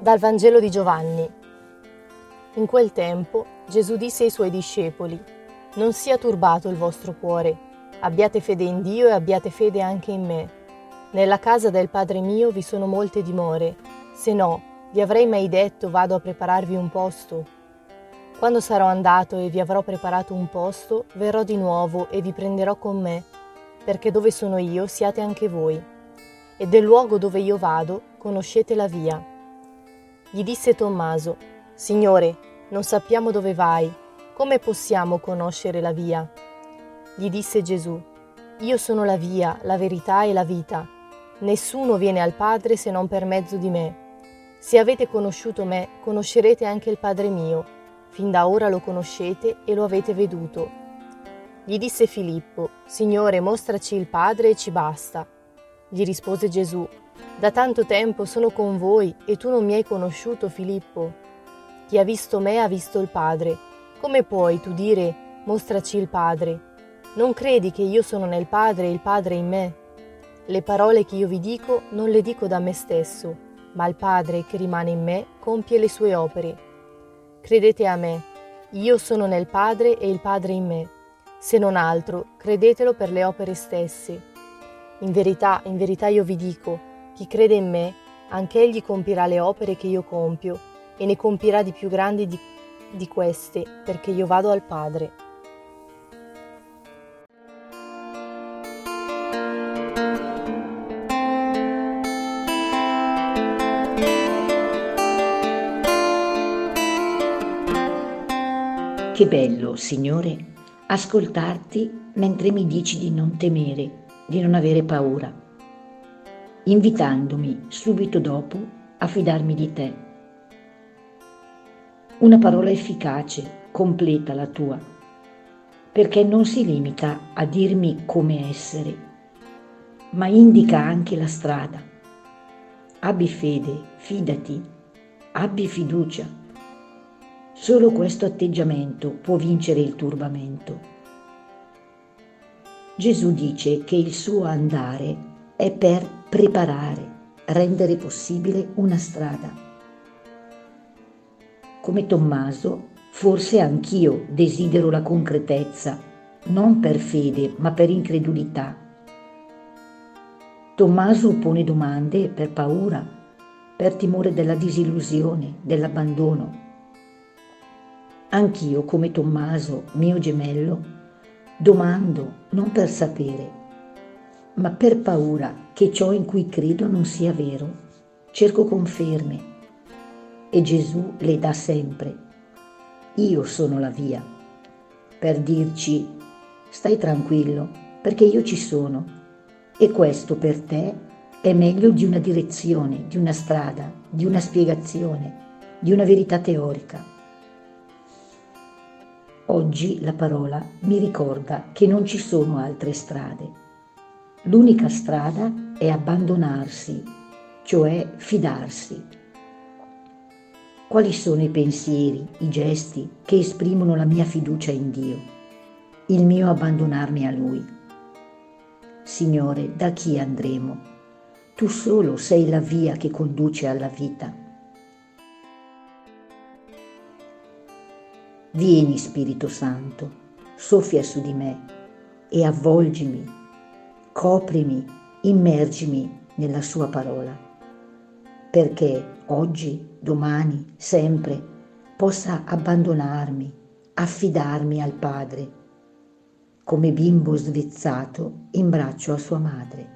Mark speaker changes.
Speaker 1: Dal Vangelo di Giovanni. In quel tempo Gesù disse ai suoi discepoli: «Non sia turbato il vostro cuore, abbiate fede in Dio e abbiate fede anche in me. Nella casa del Padre mio vi sono molte dimore, se no, vi avrei mai detto vado a prepararvi un posto? Quando sarò andato e vi avrò preparato un posto, verrò di nuovo e vi prenderò con me, perché dove sono io siate anche voi. E del luogo dove io vado conoscete la via». Gli disse Tommaso: «Signore, non sappiamo dove vai, come possiamo conoscere la via?» Gli disse Gesù: «Io sono la via, la verità e la vita. Nessuno viene al Padre se non per mezzo di me. Se avete conosciuto me, conoscerete anche il Padre mio. Fin da ora lo conoscete e lo avete veduto». Gli disse Filippo: «Signore, mostraci il Padre e ci basta». Gli rispose Gesù: «Da tanto tempo sono con voi e tu non mi hai conosciuto, Filippo? Chi ha visto me ha visto il Padre. Come puoi tu dire: mostraci il Padre? Non credi che io sono nel Padre e il Padre in me? Le parole che io vi dico non le dico da me stesso, ma il Padre che rimane in me compie le sue opere. Credete a me, io sono nel Padre e il Padre in me. Se non altro, credetelo per le opere stesse. In verità io vi dico, chi crede in me, anch'egli compirà le opere che io compio, e ne compirà di più grandi di queste, perché io vado al Padre».
Speaker 2: Che bello, Signore, ascoltarti mentre mi dici di non temere, di non avere paura, invitandomi subito dopo a fidarmi di te. Una parola efficace, completa la tua, perché non si limita a dirmi come essere, ma indica anche la strada. Abbi fede, fidati, abbi fiducia. Solo questo atteggiamento può vincere il turbamento. Gesù dice che il suo andare è per preparare, rendere possibile una strada. Come Tommaso, forse anch'io desidero la concretezza, non per fede, ma per incredulità. Tommaso pone domande per paura, per timore della disillusione, dell'abbandono. Anch'io, come Tommaso, mio gemello, domando non per sapere, ma per paura che ciò in cui credo non sia vero. Cerco conferme e Gesù le dà sempre. Io sono la via, per dirci: stai tranquillo, perché io ci sono e questo per te è meglio di una direzione, di una strada, di una spiegazione, di una verità teorica. Oggi la parola mi ricorda che non ci sono altre strade. L'unica strada è abbandonarsi, cioè fidarsi. Quali sono i pensieri, i gesti che esprimono la mia fiducia in Dio, il mio abbandonarmi a Lui? Signore, da chi andremo? Tu solo sei la via che conduce alla vita. Vieni, Spirito Santo, soffia su di me e avvolgimi, coprimi, immergimi nella sua parola, perché oggi, domani, sempre possa abbandonarmi, affidarmi al Padre, come bimbo svezzato in braccio a sua madre.